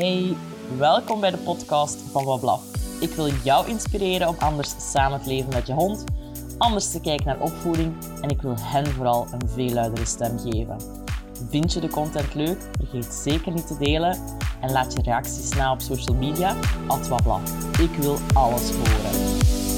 Hey, welkom bij de podcast van Wablaf. Ik wil jou inspireren om anders samen te leven met je hond, anders te kijken naar opvoeding en ik wil hen vooral een veel luidere stem geven. Vind je de content leuk? Vergeet zeker niet te delen en laat je reacties na op social media @wablaf. Ik wil alles horen.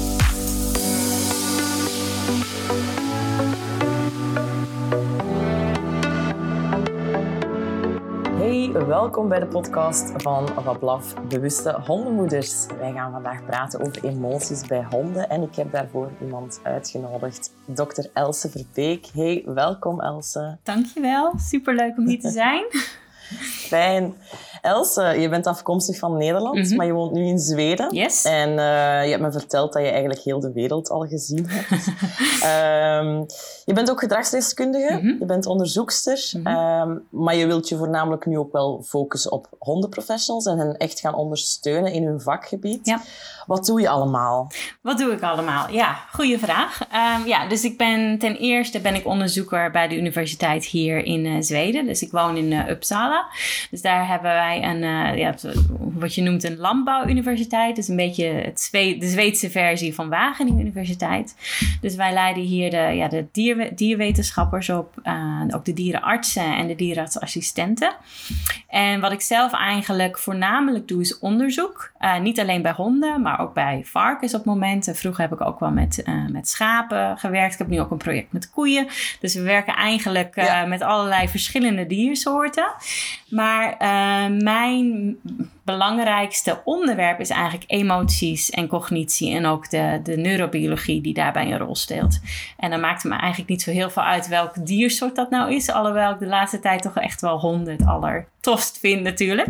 Hey, welkom bij de podcast van Wablaf, bewuste hondenmoeders. Wij gaan vandaag praten over emoties bij honden en ik heb daarvoor iemand uitgenodigd, Dr. Else Verbeek. Hey, welkom Else. Dankjewel, superleuk om hier te zijn. Fijn. Else, je bent afkomstig van Nederland, maar je woont nu in Zweden. Yes. En je hebt me verteld dat je eigenlijk heel de wereld al gezien hebt. Je bent ook gedragsdeskundige, je bent onderzoekster, maar je wilt je voornamelijk nu ook wel focussen op hondenprofessionals en hen echt gaan ondersteunen in hun vakgebied. Ja. Wat doe je allemaal? Wat doe ik allemaal? Ja, goede vraag. Dus ten eerste ben ik onderzoeker bij de universiteit hier in Zweden. Dus ik woon in Uppsala. Dus daar hebben wij wat je noemt een landbouwuniversiteit. Dus een beetje de Zweedse versie van Wageningen Universiteit. Dus wij leiden hier de dierwetenschappers op. Ook de dierenartsen en de dierenartsassistenten. En wat ik zelf eigenlijk voornamelijk doe is onderzoek. Niet alleen bij honden, maar ook bij varkens op momenten. Vroeger heb ik ook wel met schapen gewerkt. Ik heb nu ook een project met koeien. Dus we werken eigenlijk met allerlei verschillende diersoorten. Maar mijn belangrijkste onderwerp is eigenlijk emoties en cognitie. En ook de neurobiologie die daarbij een rol speelt. En dan maakt het me eigenlijk niet zo heel veel uit welk diersoort dat nou is. Alhoewel ik de laatste tijd toch echt wel honden het allertofst vind natuurlijk.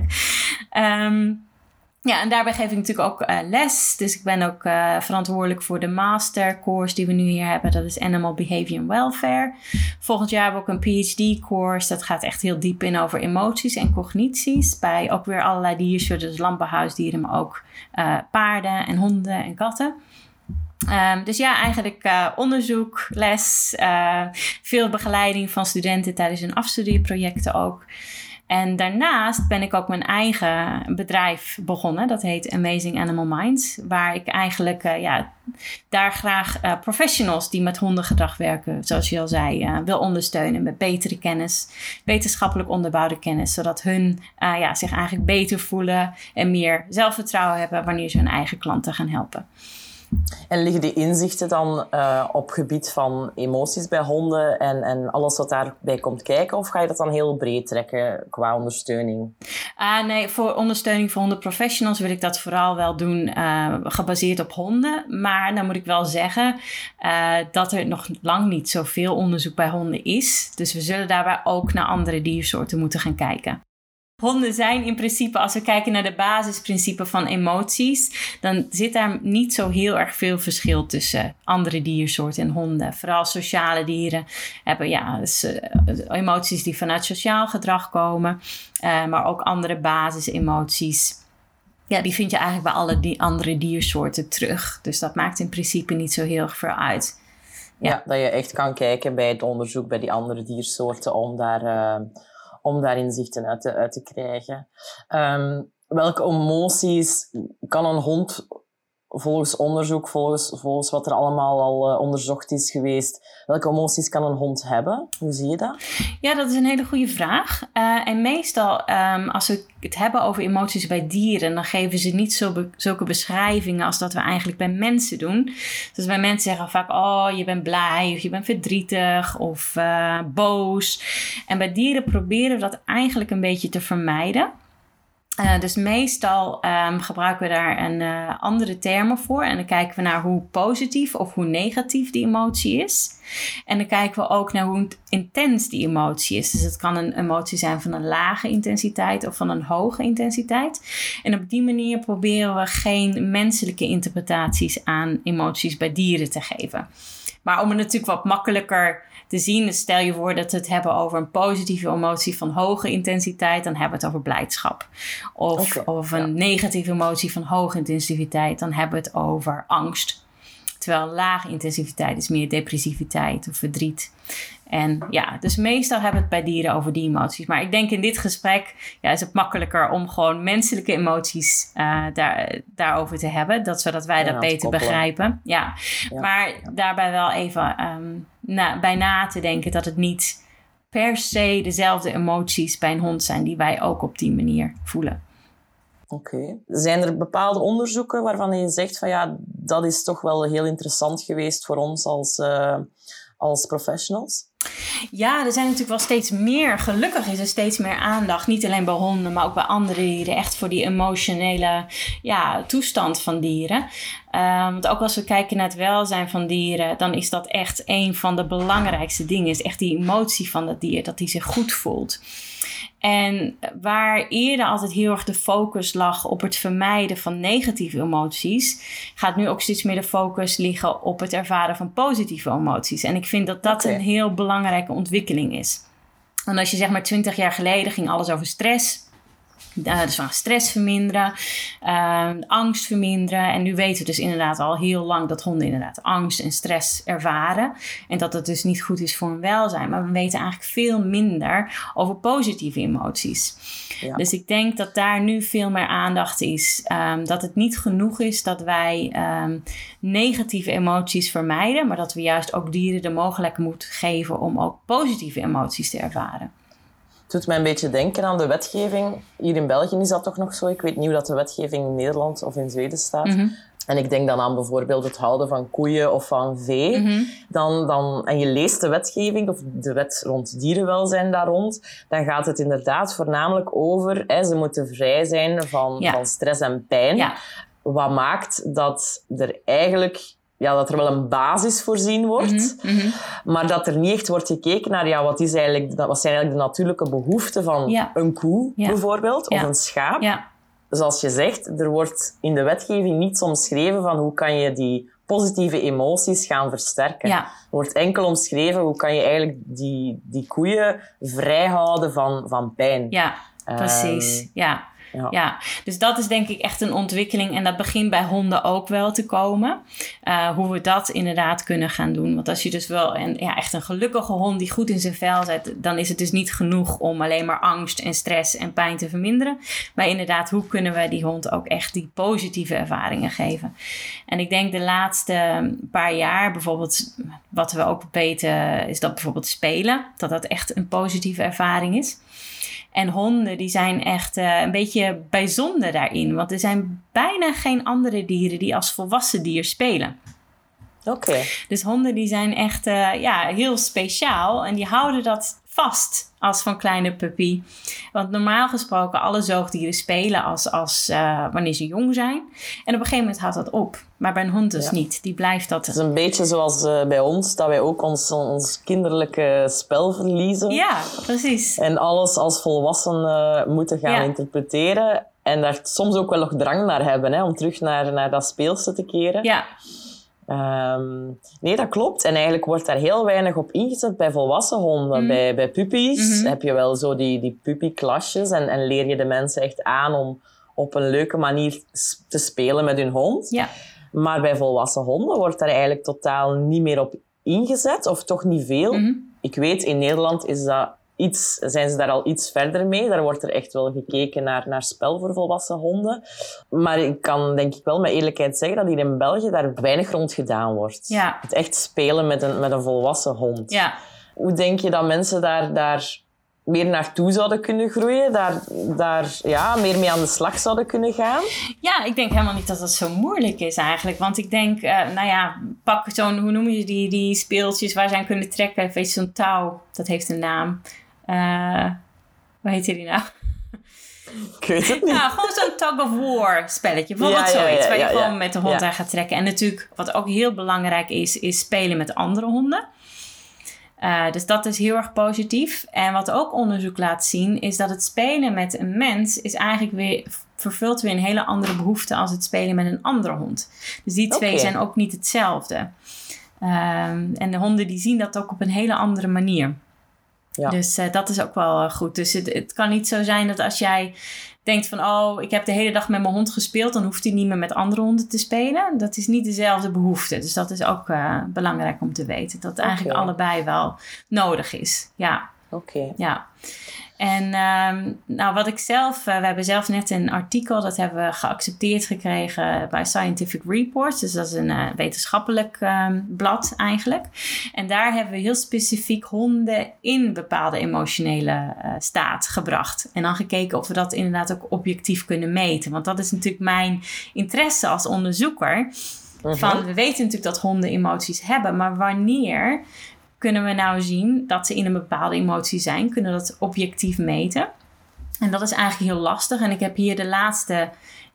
En daarbij geef ik natuurlijk ook les. Dus ik ben ook verantwoordelijk voor de mastercourse die we nu hier hebben. Dat is Animal Behavior and Welfare. Volgend jaar hebben we ook een PhD-course. Dat gaat echt heel diep in over emoties en cognities. Bij ook weer allerlei diersoorten, dus landbouwhuisdieren, maar ook paarden en honden en katten. Eigenlijk onderzoek, les, veel begeleiding van studenten tijdens hun afstudieprojecten ook. En daarnaast ben ik ook mijn eigen bedrijf begonnen. Dat heet Amazing Animal Minds. Waar ik eigenlijk daar graag professionals die met hondengedrag werken, zoals je al zei, wil ondersteunen met betere kennis, wetenschappelijk onderbouwde kennis, zodat hun zich eigenlijk beter voelen en meer zelfvertrouwen hebben wanneer ze hun eigen klanten gaan helpen. En liggen die inzichten dan op gebied van emoties bij honden en alles wat daarbij komt kijken? Of ga je dat dan heel breed trekken qua ondersteuning? Nee, voor ondersteuning voor hondenprofessionals wil ik dat vooral wel doen gebaseerd op honden. Maar dan moet ik wel zeggen dat er nog lang niet zoveel onderzoek bij honden is. Dus we zullen daarbij ook naar andere diersoorten moeten gaan kijken. Honden zijn in principe, als we kijken naar de basisprincipes van emoties, dan zit daar niet zo heel erg veel verschil tussen andere diersoorten en honden. Vooral sociale dieren hebben emoties die vanuit sociaal gedrag komen, maar ook andere basisemoties. Ja, die vind je eigenlijk bij alle die andere diersoorten terug. Dus dat maakt in principe niet zo heel erg veel uit. Ja, dat je echt kan kijken bij het onderzoek bij die andere diersoorten om daar inzichten uit te krijgen. Welke emoties kan een hond volgens onderzoek, volgens wat er allemaal al onderzocht is geweest, welke emoties kan een hond hebben? Hoe zie je dat? Ja, dat is een hele goede vraag. En meestal, als we het hebben over emoties bij dieren, dan geven ze niet zulke beschrijvingen als dat we eigenlijk bij mensen doen. Dus bij mensen zeggen vaak, je bent blij of je bent verdrietig of boos. En bij dieren proberen we dat eigenlijk een beetje te vermijden. Dus meestal gebruiken we daar een andere termen voor. En dan kijken we naar hoe positief of hoe negatief die emotie is. En dan kijken we ook naar hoe intens die emotie is. Dus het kan een emotie zijn van een lage intensiteit of van een hoge intensiteit. En op die manier proberen we geen menselijke interpretaties aan emoties bij dieren te geven. Maar om het natuurlijk wat makkelijker te zien, dus stel je voor dat we het hebben over een positieve emotie van hoge intensiteit, dan hebben we het over blijdschap. Of een negatieve emotie van hoge intensiteit, dan hebben we het over angst. Terwijl lage intensiviteit is meer depressiviteit of verdriet. En ja, dus meestal hebben we het bij dieren over die emoties. Maar ik denk in dit gesprek is het makkelijker om gewoon menselijke emoties daarover te hebben. Zodat wij dat beter begrijpen. Ja, maar daarbij wel even bij na te denken dat het niet per se dezelfde emoties bij een hond zijn die wij ook op die manier voelen. Oké. Zijn er bepaalde onderzoeken waarvan je zegt van dat is toch wel heel interessant geweest voor ons als professionals? Ja, er zijn natuurlijk wel steeds meer, gelukkig is er steeds meer aandacht, niet alleen bij honden, maar ook bij andere dieren, echt voor die emotionele toestand van dieren. Want ook als we kijken naar het welzijn van dieren, dan is dat echt een van de belangrijkste dingen, is echt die emotie van dat dier, dat die zich goed voelt. En waar eerder altijd heel erg de focus lag op het vermijden van negatieve emoties, gaat nu ook steeds meer de focus liggen op het ervaren van positieve emoties. En ik vind dat dat een heel belangrijke ontwikkeling is. Want als je zeg maar 20 jaar geleden ging alles over stress. Dus van stress verminderen, angst verminderen. En nu weten we dus inderdaad al heel lang dat honden inderdaad angst en stress ervaren. En dat het dus niet goed is voor hun welzijn. Maar we weten eigenlijk veel minder over positieve emoties. Ja. Dus ik denk dat daar nu veel meer aandacht is. Dat het niet genoeg is dat wij negatieve emoties vermijden. Maar dat we juist ook dieren de mogelijkheid moeten geven om ook positieve emoties te ervaren. Het doet mij een beetje denken aan de wetgeving. Hier in België is dat toch nog zo. Ik weet niet hoe dat de wetgeving in Nederland of in Zweden staat. Mm-hmm. En ik denk dan aan bijvoorbeeld het houden van koeien of van vee. Mm-hmm. En je leest de wetgeving of de wet rond dierenwelzijn daar rond. Dan gaat het inderdaad voornamelijk over, ze moeten vrij zijn van stress en pijn. Ja. Wat maakt dat er eigenlijk... dat er wel een basis voorzien wordt, maar dat er niet echt wordt gekeken naar wat zijn eigenlijk de natuurlijke behoeften van een koe bijvoorbeeld, of een schaap. Ja. Dus als je zegt, er wordt in de wetgeving niets omschreven van hoe kan je die positieve emoties gaan versterken. Ja. Er wordt enkel omschreven hoe kan je eigenlijk die koeien vrijhouden van pijn. Ja, precies. Ja, dus dat is denk ik echt een ontwikkeling en dat begint bij honden ook wel te komen. Hoe we dat inderdaad kunnen gaan doen. Want als je dus wel echt een gelukkige hond die goed in zijn vel zit, dan is het dus niet genoeg om alleen maar angst en stress en pijn te verminderen. Maar inderdaad, hoe kunnen we die hond ook echt die positieve ervaringen geven? En ik denk de laatste paar jaar bijvoorbeeld, wat we ook weten, is dat bijvoorbeeld spelen, dat echt een positieve ervaring is. En honden die zijn echt een beetje bijzonder daarin. Want er zijn bijna geen andere dieren die als volwassen dier spelen. Oké. Dus honden die zijn echt heel speciaal. En die houden dat vast als van kleine puppy. Want normaal gesproken alle zoogdieren spelen als wanneer ze jong zijn. En op een gegeven moment houdt dat op. Maar bij een hond dus niet. Die blijft dat. Het is een beetje zoals bij ons, dat wij ook ons kinderlijke spel verliezen. Ja, precies. En alles als volwassenen moeten gaan interpreteren. En daar soms ook wel nog drang naar hebben, om terug naar dat speelse te keren. Ja. Nee, dat klopt. En eigenlijk wordt daar heel weinig op ingezet bij volwassen honden. Bij puppies heb je wel zo die puppyklasjes en leer je de mensen echt aan om op een leuke manier te spelen met hun hond. Ja. Maar bij volwassen honden wordt daar eigenlijk totaal niet meer op ingezet, of toch niet veel. Ik weet, in Nederland zijn ze daar al iets verder mee. Daar wordt er echt wel gekeken naar spel voor volwassen honden. Maar ik kan denk ik wel met eerlijkheid zeggen dat hier in België daar weinig rond gedaan wordt. Ja. Het echt spelen met een volwassen hond. Ja. Hoe denk je dat mensen daar meer naartoe zouden kunnen groeien? Daar meer mee aan de slag zouden kunnen gaan? Ja, ik denk helemaal niet dat dat zo moeilijk is eigenlijk. Want ik denk, pak zo'n, hoe noem je die speeltjes waar ze aan kunnen trekken? Weet je, zo'n touw, dat heeft een naam. Hoe heet die nou? Ik weet het niet. Nou, gewoon zo'n tug of war spelletje. Bijvoorbeeld zoiets waar je gewoon met de hond aan gaat trekken. En natuurlijk, wat ook heel belangrijk is spelen met andere honden. Dus dat is heel erg positief. En wat ook onderzoek laat zien, is dat het spelen met een mens is eigenlijk vervult weer een hele andere behoefte als het spelen met een andere hond. Dus die twee zijn ook niet hetzelfde. En de honden die zien dat ook op een hele andere manier. Ja. Dus dat is ook wel goed. Dus het kan niet zo zijn dat als jij denkt van... ik heb de hele dag met mijn hond gespeeld... dan hoeft hij niet meer met andere honden te spelen. Dat is niet dezelfde behoefte. Dus dat is ook belangrijk om te weten. Dat eigenlijk allebei wel nodig is. Ja. Oké. Ja. En wat ik zelf... we hebben zelf net een artikel... dat hebben we geaccepteerd gekregen bij Scientific Reports. Dus dat is een wetenschappelijk blad eigenlijk. En daar hebben we heel specifiek honden... in bepaalde emotionele staat gebracht. En dan gekeken of we dat inderdaad ook objectief kunnen meten. Want dat is natuurlijk mijn interesse als onderzoeker. Van, we weten natuurlijk dat honden emoties hebben... maar wanneer... kunnen we nou zien dat ze in een bepaalde emotie zijn? Kunnen we dat objectief meten? En dat is eigenlijk heel lastig. En ik heb hier de laatste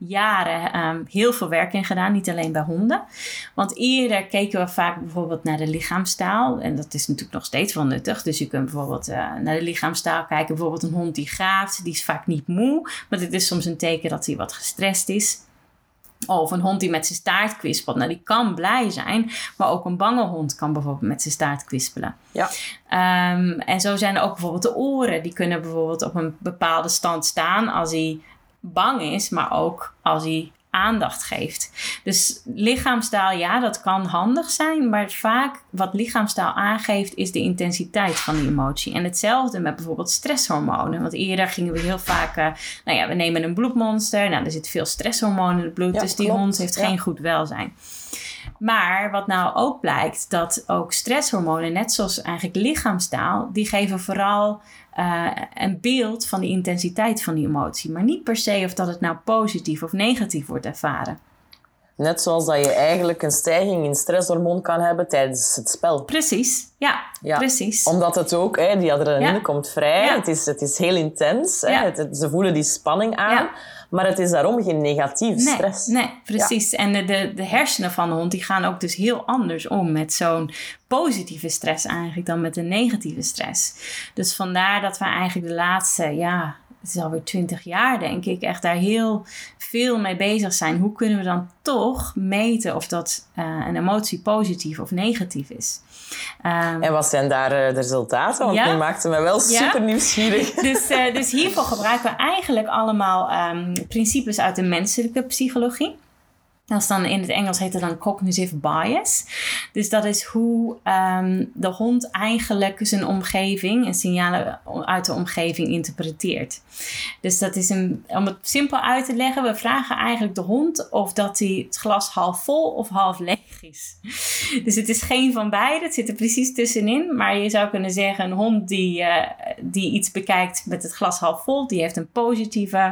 jaren heel veel werk in gedaan. Niet alleen bij honden. Want eerder keken we vaak bijvoorbeeld naar de lichaamstaal. En dat is natuurlijk nog steeds wel nuttig. Dus je kunt bijvoorbeeld naar de lichaamstaal kijken. Bijvoorbeeld een hond die graaft. Die is vaak niet moe. Maar dit is soms een teken dat hij wat gestrest is. Of een hond die met zijn staart kwispelt. Nou, die kan blij zijn. Maar ook een bange hond kan bijvoorbeeld met zijn staart kwispelen. Ja. En zo zijn er ook bijvoorbeeld de oren. Die kunnen bijvoorbeeld op een bepaalde stand staan als hij bang is. Maar ook als hij aandacht geeft. Dus lichaamstaal, ja, dat kan handig zijn. Maar vaak wat lichaamstaal aangeeft is de intensiteit van die emotie. En hetzelfde met bijvoorbeeld stresshormonen. Want eerder gingen we heel vaak... we nemen een bloedmonster. Nou, er zit veel stresshormonen in het bloed. Ja, dus die klopt. hond heeft geen goed welzijn. Maar wat nou ook blijkt, dat ook stresshormonen, net zoals eigenlijk lichaamstaal, die geven vooral een beeld van de intensiteit van die emotie. Maar niet per se of dat het nou positief of negatief wordt ervaren. Net zoals dat je eigenlijk een stijging in stresshormoon kan hebben tijdens het spel. Precies, ja. Precies. Omdat het ook, die adrenaline komt vrij. Ja. Het is heel intens. Ja. Ze voelen die spanning aan. Ja. Maar het is daarom geen negatieve stress. Nee, precies. Ja. En de hersenen van de hond die gaan ook dus heel anders om met zo'n positieve stress eigenlijk dan met een negatieve stress. Dus vandaar dat we eigenlijk de laatste, het is alweer 20 jaar denk ik, echt daar heel veel mee bezig zijn. Hoe kunnen we dan toch meten of dat een emotie positief of negatief is? En wat zijn daar de resultaten? Want die maakten me wel super nieuwsgierig. Dus hiervoor gebruiken we eigenlijk allemaal principes uit de menselijke psychologie. Dat is dan in het Engels heet het dan cognitive bias. Dus dat is hoe de hond eigenlijk zijn omgeving en signalen uit de omgeving interpreteert. Dus dat is om het simpel uit te leggen, we vragen eigenlijk de hond of dat hij het glas half vol of half leeg is. Dus het is geen van beide, het zit er precies tussenin. Maar je zou kunnen zeggen, een hond die iets bekijkt met het glas half vol, die heeft een positieve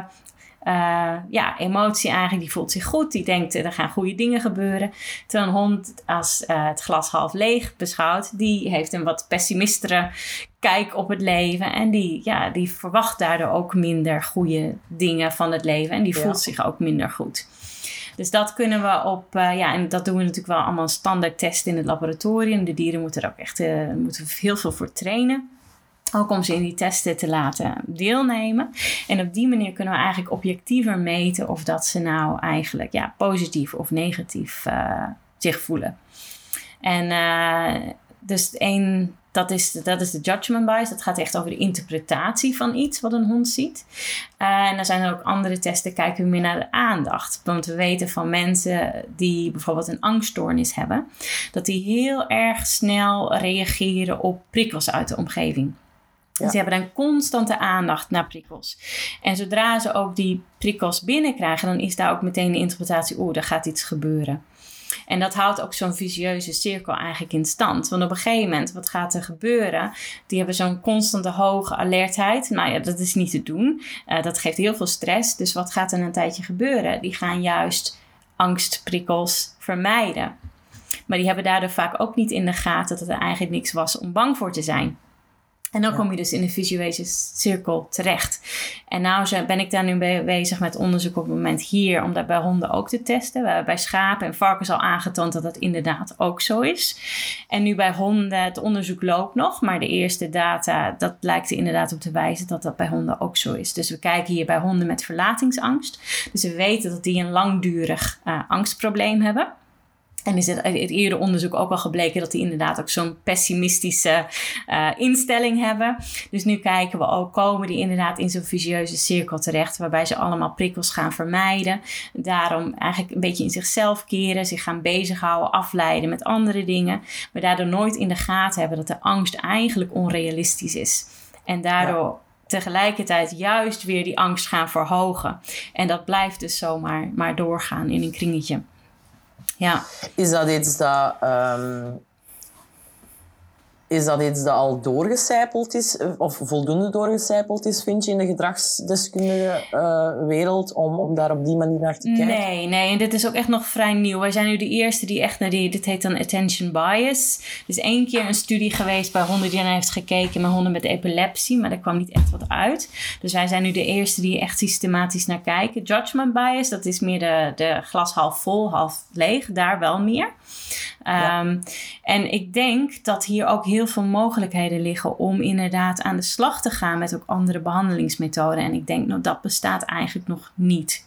emotie eigenlijk, die voelt zich goed. Die denkt, er gaan goede dingen gebeuren. Terwijl een hond, als het glas half leeg beschouwt, die heeft een wat pessimistere kijk op het leven. En die verwacht daardoor ook minder goede dingen van het leven. En die voelt zich ook minder goed. Dus dat kunnen we en dat doen we natuurlijk wel allemaal standaard testen in het laboratorium. De dieren moeten er ook echt heel veel voor trainen. Ook om ze in die testen te laten deelnemen. En op die manier kunnen we eigenlijk objectiever meten of dat ze nou eigenlijk positief of negatief zich voelen. En dat is de judgment bias. Dat gaat echt over de interpretatie van iets wat een hond ziet. En dan zijn er ook andere testen, kijken we meer naar de aandacht. Want we weten van mensen die bijvoorbeeld een angststoornis hebben, dat die heel erg snel reageren op prikkels uit de omgeving. Ja. Ze hebben dan constante aandacht naar prikkels. En zodra ze ook die prikkels binnenkrijgen, dan is daar ook meteen de interpretatie, er gaat iets gebeuren. En dat houdt ook zo'n vicieuze cirkel eigenlijk in stand. Want op een gegeven moment, wat gaat er gebeuren? Die hebben zo'n constante hoge alertheid. Nou ja, dat is niet te doen. Dat geeft heel veel stress. Dus wat gaat er een tijdje gebeuren? Die gaan juist angstprikkels vermijden. Maar die hebben daardoor vaak ook niet in de gaten dat er eigenlijk niks was om bang voor te zijn. En dan kom je dus in de visueuze cirkel terecht. En nou ben ik daar nu bezig met onderzoek op het moment hier, om dat bij honden ook te testen. We hebben bij schapen en varkens al aangetoond dat dat inderdaad ook zo is. En nu bij honden, het onderzoek loopt nog, maar de eerste data, dat lijkt er inderdaad op te wijzen dat dat bij honden ook zo is. Dus we kijken hier bij honden met verlatingsangst. Dus we weten dat die een langdurig angstprobleem hebben. En is het eerder onderzoek ook al gebleken dat die inderdaad ook zo'n pessimistische instelling hebben. Dus nu kijken we ook, komen die inderdaad in zo'n vicieuze cirkel terecht, waarbij ze allemaal prikkels gaan vermijden. Daarom eigenlijk een beetje in zichzelf keren, zich gaan bezighouden, afleiden met andere dingen. Maar daardoor nooit in de gaten hebben dat de angst eigenlijk onrealistisch is. En daardoor tegelijkertijd juist weer die angst gaan verhogen. En dat blijft dus zomaar maar doorgaan in een kringetje. Ja. Is dat iets dat al doorgecijpeld is, of voldoende doorgecijpeld is, vind je, in de gedragsdeskundige wereld, om daar op die manier naar te kijken? Nee, en dit is ook echt nog vrij nieuw. Wij zijn nu de eerste die echt naar dit heet dan attention bias. Er is 1 keer een studie geweest bij honden die heeft gekeken met honden met epilepsie, maar daar kwam niet echt wat uit. Dus wij zijn nu de eerste die echt systematisch naar kijken. Judgment bias, dat is meer de glas half vol, half leeg, daar wel meer. En ik denk dat hier ook heel veel mogelijkheden liggen om inderdaad aan de slag te gaan met ook andere behandelingsmethoden. En ik denk, dat bestaat eigenlijk nog niet.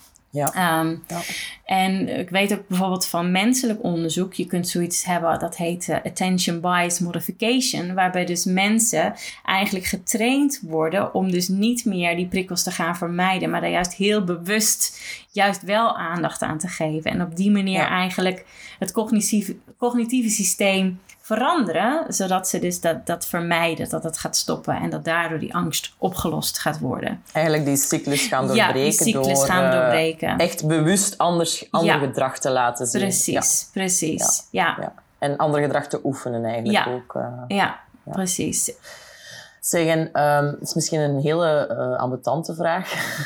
En ik weet ook bijvoorbeeld van menselijk onderzoek, je kunt zoiets hebben dat heet attention bias modification, waarbij dus mensen eigenlijk getraind worden om dus niet meer die prikkels te gaan vermijden, maar daar juist heel bewust juist wel aandacht aan te geven. En op die manier eigenlijk het cognitieve systeem veranderen, zodat ze dus dat vermijden, dat het gaat stoppen en dat daardoor die angst opgelost gaat worden. Eigenlijk die cyclus gaan doorbreken. Ja, die cyclus gaan doorbreken. Echt bewust ander gedrag te laten zien. Precies. En ander gedrag te oefenen eigenlijk ook. Precies. Zeggen, het is misschien een hele ambetante vraag.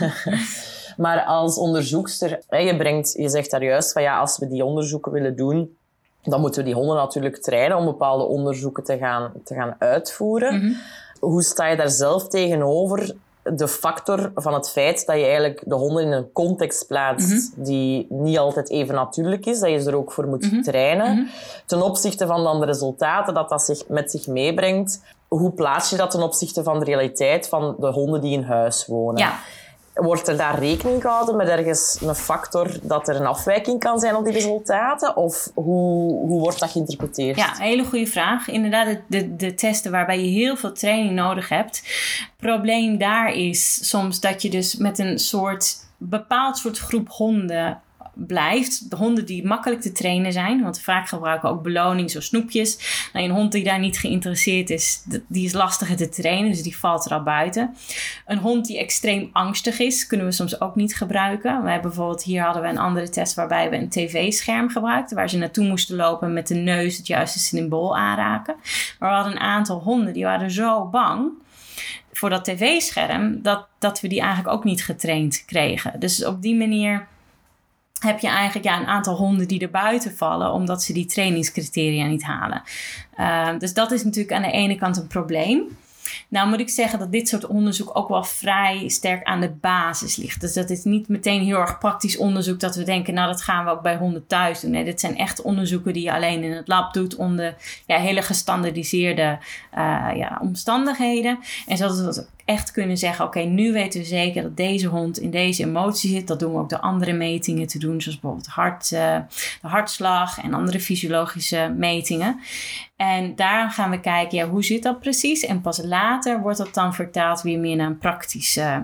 Maar als onderzoekster, je zegt daar juist van als we die onderzoeken willen doen, dan moeten we die honden natuurlijk trainen om bepaalde onderzoeken te gaan uitvoeren. Mm-hmm. Hoe sta je daar zelf tegenover de factor van het feit dat je eigenlijk de honden in een context plaatst die niet altijd even natuurlijk is, dat je ze er ook voor moet trainen, ten opzichte van dan de resultaten dat met zich meebrengt? Hoe plaats je dat ten opzichte van de realiteit van de honden die in huis wonen? Ja. Wordt er daar rekening gehouden met ergens een factor dat er een afwijking kan zijn op die resultaten? Of hoe wordt dat geïnterpreteerd? Ja, een hele goede vraag. Inderdaad, de testen waarbij je heel veel training nodig hebt. Het probleem daar is soms dat je dus met een bepaald soort groep honden blijft. De honden die makkelijk te trainen zijn. Want vaak gebruiken we ook beloning, zo snoepjes. Nou, een hond die daar niet geïnteresseerd is, die is lastiger te trainen. Dus die valt er al buiten. Een hond die extreem angstig is, kunnen we soms ook niet gebruiken. We hebben bijvoorbeeld, hier hadden we een andere test waarbij we een tv-scherm gebruikten. Waar ze naartoe moesten lopen met de neus het juiste symbool aanraken. Maar we hadden een aantal honden die waren zo bang voor dat tv-scherm dat we die eigenlijk ook niet getraind kregen. Dus op die manier heb je eigenlijk een aantal honden die er buiten vallen, omdat ze die trainingscriteria niet halen. Dus dat is natuurlijk aan de ene kant een probleem. Nou moet ik zeggen dat dit soort onderzoek ook wel vrij sterk aan de basis ligt. Dus dat is niet meteen heel erg praktisch onderzoek dat we denken, nou dat gaan we ook bij honden thuis doen. Nee, dit zijn echt onderzoeken die je alleen in het lab doet onder hele gestandaardiseerde omstandigheden. En zodat we echt kunnen zeggen, oké, nu weten we zeker dat deze hond in deze emotie zit. Dat doen we ook door andere metingen te doen, zoals bijvoorbeeld de hartslag en andere fysiologische metingen. En daar gaan we kijken, hoe zit dat precies? En pas later wordt dat dan vertaald weer meer naar een praktische,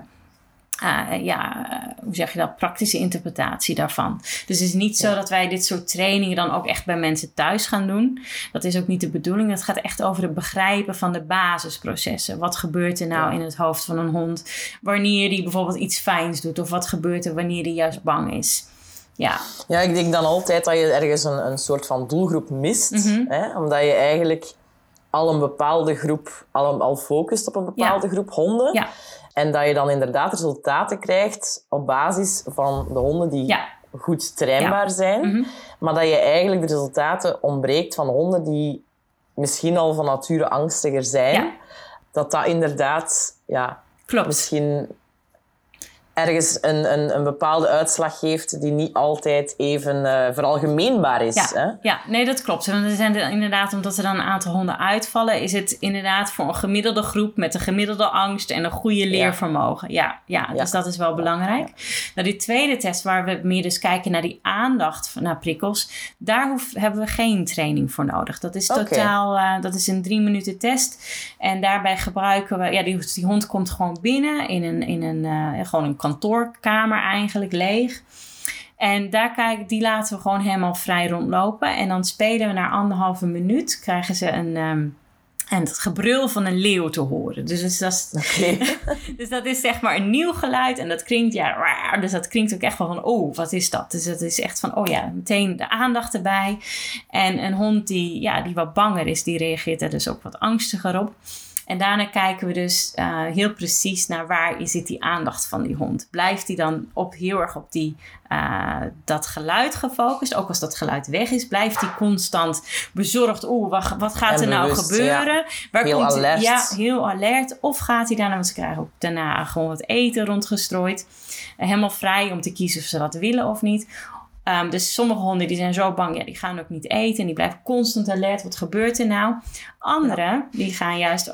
praktische interpretatie daarvan. Dus het is niet zo dat wij dit soort trainingen dan ook echt bij mensen thuis gaan doen. Dat is ook niet de bedoeling. Het gaat echt over het begrijpen van de basisprocessen. Wat gebeurt er nou in het hoofd van een hond wanneer die bijvoorbeeld iets fijns doet? Of wat gebeurt er wanneer die juist bang is? Ja, ik denk dan altijd dat je ergens een soort van doelgroep mist. Hè? Omdat je eigenlijk al een bepaalde groep, al focust op een bepaalde groep honden. Ja. En dat je dan inderdaad resultaten krijgt op basis van de honden die goed trainbaar zijn. Maar dat je eigenlijk de resultaten ontbreekt van honden die misschien al van nature angstiger zijn. Ja. Dat inderdaad, klopt. Misschien ergens een bepaalde uitslag geeft die niet altijd even veralgemeenbaar is. Hè? Ja, nee, dat klopt. Want er zijn inderdaad, omdat er dan een aantal honden uitvallen, is het inderdaad voor een gemiddelde groep met een gemiddelde angst en een goede leervermogen. Ja. Dus dat is wel belangrijk. Nou, die tweede test, waar we meer dus kijken naar die aandacht naar prikkels, daar hebben we geen training voor nodig. Dat is totaal, dat is een 3 minuten test. En daarbij gebruiken we, die hond komt gewoon binnen in gewoon een kantoorkamer eigenlijk, leeg. En die laten we gewoon helemaal vrij rondlopen. En dan spelen we na 1,5 minuut, krijgen ze het gebrul van een leeuw te horen. Dus dat is zeg maar een nieuw geluid. En dat klinkt, dus dat klinkt ook echt wel van, wat is dat? Dus dat is echt van, meteen de aandacht erbij. En een hond die wat banger is, die reageert er dus ook wat angstiger op. En daarna kijken we dus heel precies naar waar zit die aandacht van die hond. Blijft die dan heel erg op dat geluid gefocust? Ook als dat geluid weg is, blijft die constant bezorgd. Wat gaat er nou gebeuren? Ja. Heel alert. Ja, heel alert. Of gaat hij daarna, want ze krijgen ook daarna gewoon wat eten rondgestrooid. Helemaal vrij om te kiezen of ze dat willen of niet. Dus sommige honden die zijn zo bang, die gaan ook niet eten. En die blijven constant alert. Wat gebeurt er nou? Anderen, die gaan juist,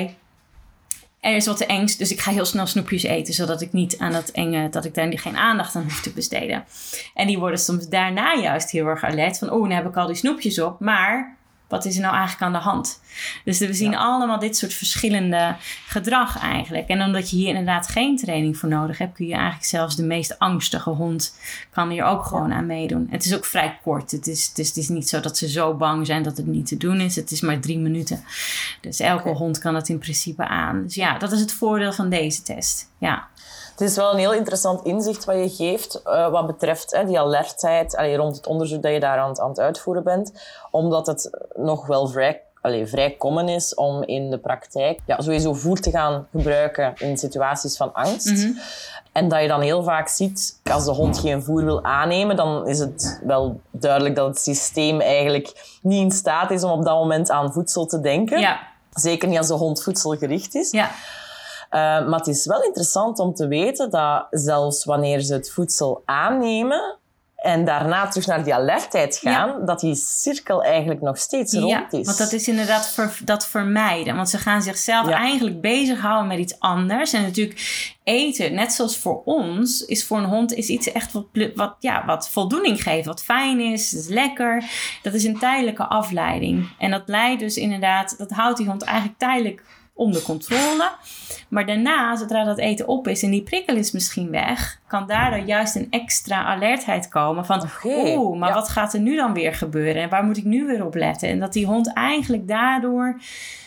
er is wat te engs. Dus ik ga heel snel snoepjes eten. Zodat ik niet aan dat enge, dat ik daar geen aandacht aan hoef te besteden. En die worden soms daarna juist heel erg alert. Van, nu heb ik al die snoepjes op. Maar wat is er nou eigenlijk aan de hand? Dus we zien allemaal dit soort verschillende gedrag eigenlijk. En omdat je hier inderdaad geen training voor nodig hebt, kun je eigenlijk zelfs de meest angstige hond kan hier ook gewoon aan meedoen. Het is ook vrij kort. Het is niet zo dat ze zo bang zijn dat het niet te doen is. Het is maar 3 minuten. Dus elke hond kan het in principe aan. Dus dat is het voordeel van deze test. Ja. Het is wel een heel interessant inzicht wat je geeft wat betreft die alertheid rond het onderzoek dat je daar aan het uitvoeren bent. Omdat het nog wel vrij common is om in de praktijk sowieso voer te gaan gebruiken in situaties van angst. Mm-hmm. En dat je dan heel vaak ziet, als de hond geen voer wil aannemen, dan is het wel duidelijk dat het systeem eigenlijk niet in staat is om op dat moment aan voedsel te denken. Ja. Zeker niet als de hond voedselgericht is. Ja. Maar het is wel interessant om te weten dat zelfs wanneer ze het voedsel aannemen en daarna terug naar die alertheid gaan, dat die cirkel eigenlijk nog steeds rond is. Want dat is inderdaad dat vermijden. Want ze gaan zichzelf eigenlijk bezighouden met iets anders. En natuurlijk eten, net zoals voor ons, is voor een hond iets echt wat voldoening geeft. Wat fijn is lekker. Dat is een tijdelijke afleiding. En dat leidt dus inderdaad, dat houdt die hond eigenlijk tijdelijk onder controle. Maar daarna, zodra dat eten op is en die prikkel is misschien weg, kan daardoor juist een extra alertheid komen van, wat gaat er nu dan weer gebeuren? En waar moet ik nu weer op letten? En dat die hond eigenlijk daardoor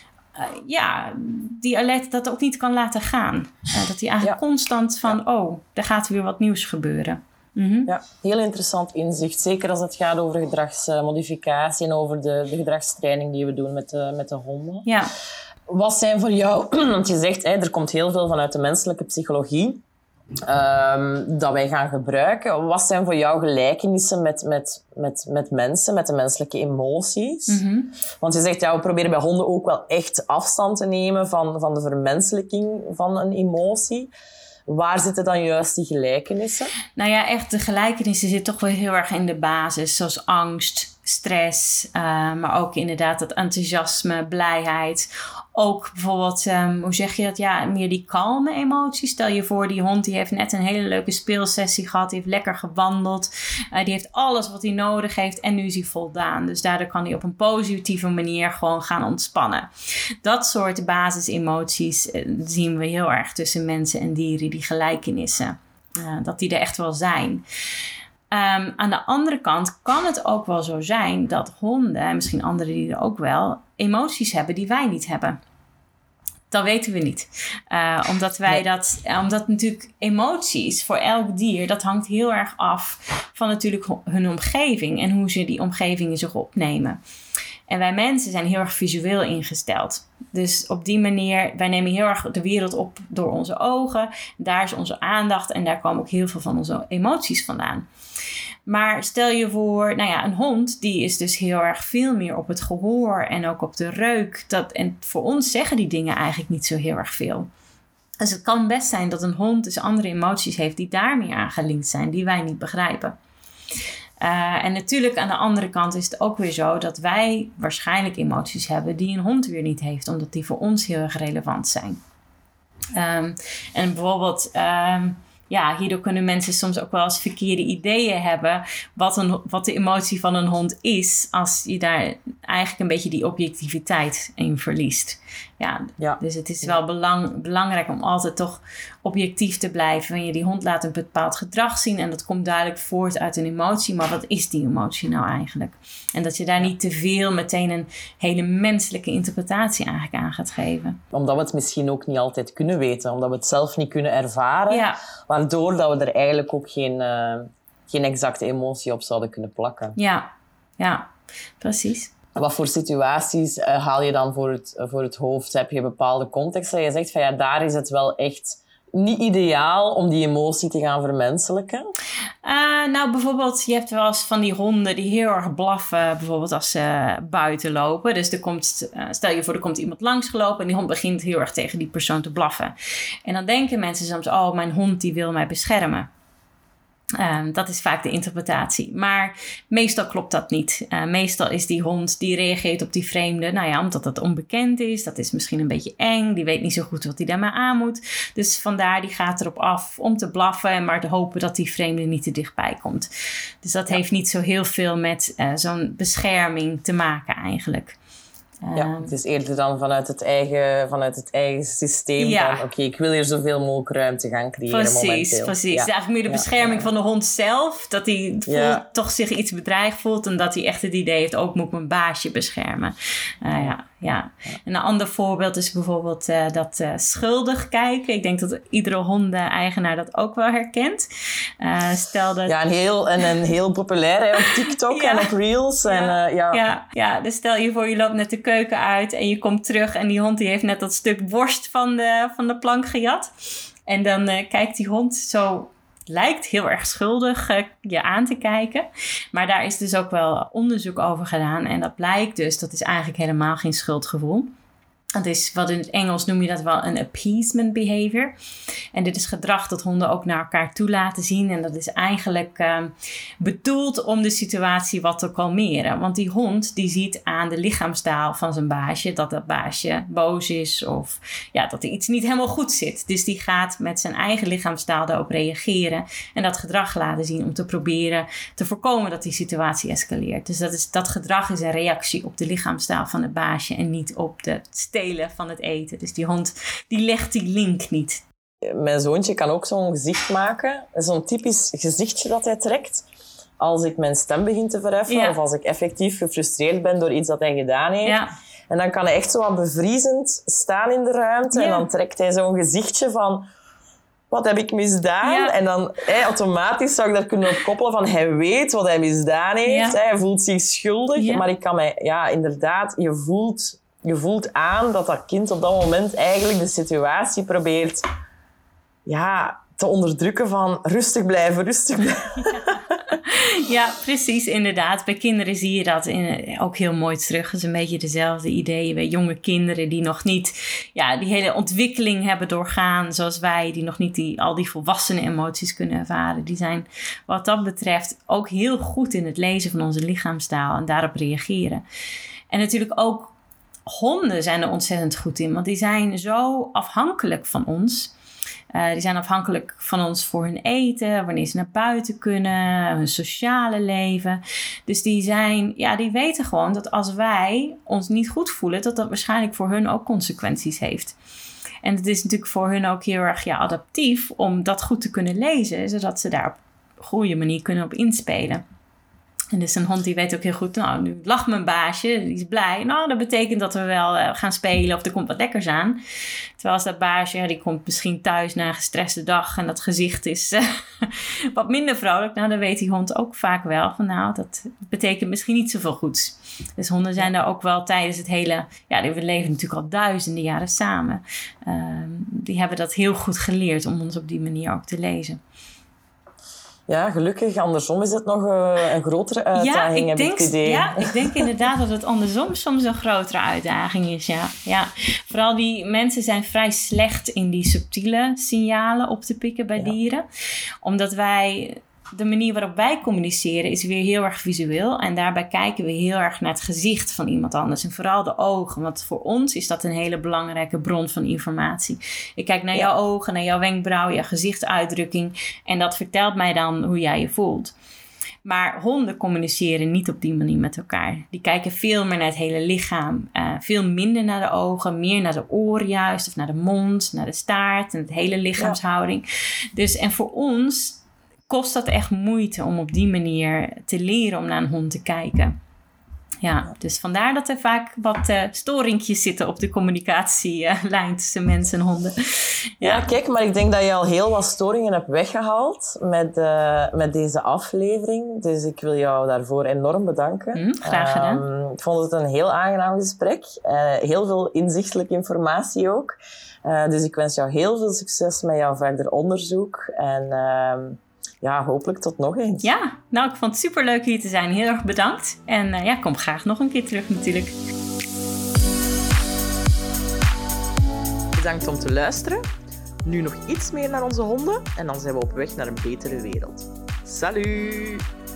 die alert dat ook niet kan laten gaan. Dat hij eigenlijk constant van, er gaat weer wat nieuws gebeuren. Mm-hmm. Ja, heel interessant inzicht. Zeker als het gaat over gedragsmodificatie en over de gedragstraining die we doen met de honden. Ja. Wat zijn voor jou, want je zegt, er komt heel veel vanuit de menselijke psychologie dat wij gaan gebruiken. Wat zijn voor jou gelijkenissen met mensen, met de menselijke emoties? Mm-hmm. Want je zegt, we proberen bij honden ook wel echt afstand te nemen van de vermenselijking van een emotie. Waar zitten dan juist die gelijkenissen? Nou ja, echt de gelijkenissen zitten toch wel heel erg in de basis. Zoals angst, stress, maar ook inderdaad dat enthousiasme, blijheid. Ook bijvoorbeeld, hoe zeg je dat? Ja, meer die kalme emoties. Stel je voor, die hond die heeft net een hele leuke speelsessie gehad. Die heeft lekker gewandeld. Die heeft alles wat hij nodig heeft. En nu is hij voldaan. Dus daardoor kan hij op een positieve manier gewoon gaan ontspannen. Dat soort basisemoties zien we heel erg tussen mensen en dieren. Die gelijkenissen. Dat die er echt wel zijn. Aan de andere kant kan het ook wel zo zijn dat honden, en misschien andere dieren ook wel, emoties hebben die wij niet hebben. Dat weten we niet. Omdat natuurlijk emoties voor elk dier, dat hangt heel erg af van natuurlijk hun omgeving en hoe ze die omgeving in zich opnemen. En wij mensen zijn heel erg visueel ingesteld. Dus op die manier, wij nemen heel erg de wereld op door onze ogen. Daar is onze aandacht en daar komen ook heel veel van onze emoties vandaan. Maar stel je voor, een hond die is dus heel erg veel meer op het gehoor en ook op de reuk. En voor ons zeggen die dingen eigenlijk niet zo heel erg veel. Dus het kan best zijn dat een hond dus andere emoties heeft die daarmee aangelinkt zijn, die wij niet begrijpen. En natuurlijk aan de andere kant is het ook weer zo dat wij waarschijnlijk emoties hebben die een hond weer niet heeft, omdat die voor ons heel erg relevant zijn. En bijvoorbeeld, hierdoor kunnen mensen soms ook wel eens verkeerde ideeën hebben wat de emotie van een hond is, als je daar eigenlijk een beetje die objectiviteit in verliest. Ja. Dus het is wel belangrijk om altijd toch objectief te blijven. Wanneer die hond laat een bepaald gedrag zien en dat komt duidelijk voort uit een emotie, maar wat is die emotie nou eigenlijk? En dat je daar niet te veel meteen een hele menselijke interpretatie eigenlijk aan gaat geven. Omdat we het misschien ook niet altijd kunnen weten, omdat we het zelf niet kunnen ervaren, waardoor dat we er eigenlijk ook geen exacte emotie op zouden kunnen plakken. Ja, precies. Wat voor situaties haal je dan voor het hoofd? Heb je bepaalde contexten? Je zegt van daar is het wel echt niet ideaal om die emotie te gaan vermenselijken? Bijvoorbeeld, je hebt wel eens van die honden die heel erg blaffen, bijvoorbeeld als ze buiten lopen. Dus stel je voor, er komt iemand langsgelopen en die hond begint heel erg tegen die persoon te blaffen. En dan denken mensen soms, oh, mijn hond die wil mij beschermen. Dat is vaak de interpretatie. Maar meestal klopt dat niet. Meestal is die hond die reageert op die vreemde, omdat het onbekend is. Dat is misschien een beetje eng. Die weet niet zo goed wat hij daarmee aan moet. Dus vandaar, die gaat erop af om te blaffen, maar te hopen dat die vreemde niet te dichtbij komt. Dus dat heeft niet zo heel veel met zo'n bescherming te maken eigenlijk. Het is eerder dan vanuit het eigen systeem van oké, ik wil hier zoveel mogelijk ruimte gaan creëren momenteel. Precies. Het is eigenlijk meer de bescherming van de hond zelf. Dat hij toch zich iets bedreigd voelt en dat hij echt het idee heeft, ook moet ik mijn baasje beschermen. En een ander voorbeeld is bijvoorbeeld dat schuldig kijken. Ik denk dat iedere hondeneigenaar dat ook wel herkent. Stel dat... Ja, een heel populair op TikTok en op Reels. Dus stel je voor, je loopt net de keuken uit en je komt terug en die hond die heeft net dat stuk worst van de plank gejat. En dan kijkt die hond zo... lijkt heel erg schuldig je aan te kijken. Maar daar is dus ook wel onderzoek over gedaan. En dat blijkt dus, dat is eigenlijk helemaal geen schuldgevoel. Het is, wat in het Engels noem je dat wel een appeasement behavior. En dit is gedrag dat honden ook naar elkaar toe laten zien. En dat is eigenlijk bedoeld om de situatie wat te kalmeren. Want die hond die ziet aan de lichaamstaal van zijn baasje dat dat baasje boos is. Of dat er iets niet helemaal goed zit. Dus die gaat met zijn eigen lichaamstaal daarop reageren. En dat gedrag laten zien om te proberen te voorkomen dat die situatie escaleert. Dus dat gedrag is een reactie op de lichaamstaal van het baasje. En niet op de stelen van het eten. Dus die hond die legt die link niet. Mijn zoontje kan ook zo'n gezicht maken. Zo'n typisch gezichtje dat hij trekt. Als ik mijn stem begin te verheffen. Of als ik effectief gefrustreerd ben door iets dat hij gedaan heeft. Ja. En dan kan hij echt zo wat bevriezend staan in de ruimte. Ja. En dan trekt hij zo'n gezichtje van... Wat heb ik misdaan? Ja. En dan automatisch zou ik daar kunnen op koppelen van... Hij weet wat hij misdaan heeft. Ja. Hij voelt zich schuldig. Ja. Maar ik kan mij... Ja, inderdaad, je voelt aan dat kind op dat moment eigenlijk de situatie probeert te onderdrukken van rustig blijven. Ja, precies, inderdaad. Bij kinderen zie je dat ook heel mooi terug. Dat is een beetje dezelfde ideeën bij jonge kinderen die nog niet die hele ontwikkeling hebben doorgaan zoals wij, die nog niet al die volwassene emoties kunnen ervaren. Die zijn wat dat betreft ook heel goed in het lezen van onze lichaamstaal en daarop reageren. En natuurlijk ook honden zijn er ontzettend goed in, want die zijn zo afhankelijk van ons. Die zijn afhankelijk van ons voor hun eten, wanneer ze naar buiten kunnen, hun sociale leven. Dus die weten gewoon dat als wij ons niet goed voelen, dat waarschijnlijk voor hun ook consequenties heeft. En het is natuurlijk voor hun ook heel erg adaptief om dat goed te kunnen lezen, zodat ze daar op een goede manier kunnen op inspelen. En dus een hond die weet ook heel goed, nu lacht mijn baasje, die is blij. Dat betekent dat we wel gaan spelen of er komt wat lekkers aan. Terwijl als dat baasje, die komt misschien thuis na een gestreste dag en dat gezicht is wat minder vrolijk. Dan weet die hond ook vaak wel van dat betekent misschien niet zoveel goeds. Dus honden zijn daar ook wel tijdens het hele, we leven natuurlijk al duizenden jaren samen. Die hebben dat heel goed geleerd om ons op die manier ook te lezen. Ja, gelukkig. Andersom is het nog een grotere uitdaging, heb ik het idee. Ja, ik denk inderdaad dat het andersom soms een grotere uitdaging is, ja. Vooral die mensen zijn vrij slecht in die subtiele signalen op te pikken bij dieren. Omdat de manier waarop wij communiceren is weer heel erg visueel. En daarbij kijken we heel erg naar het gezicht van iemand anders. En vooral de ogen. Want voor ons is dat een hele belangrijke bron van informatie. Ik kijk naar jouw ogen, naar jouw wenkbrauw, jouw gezichtsuitdrukking. En dat vertelt mij dan hoe jij je voelt. Maar honden communiceren niet op die manier met elkaar. Die kijken veel meer naar het hele lichaam. Veel minder naar de ogen, meer naar de oren juist. Of naar de mond, naar de staart en het hele lichaamshouding. Dus, en voor ons kost dat echt moeite om op die manier te leren om naar een hond te kijken. Ja, dus vandaar dat er vaak wat storingjes zitten op de communicatielijn tussen mensen en honden. Ja, kijk, maar ik denk dat je al heel wat storingen hebt weggehaald met deze aflevering. Dus ik wil jou daarvoor enorm bedanken. Graag gedaan. Ik vond het een heel aangenaam gesprek. Heel veel inzichtelijke informatie ook. Dus ik wens jou heel veel succes met jouw verder onderzoek. En hopelijk tot nog eens. Ja, nou, ik vond het superleuk hier te zijn. Heel erg bedankt. En kom graag nog een keer terug natuurlijk. Bedankt om te luisteren. Nu nog iets meer naar onze honden en dan zijn we op weg naar een betere wereld. Salut!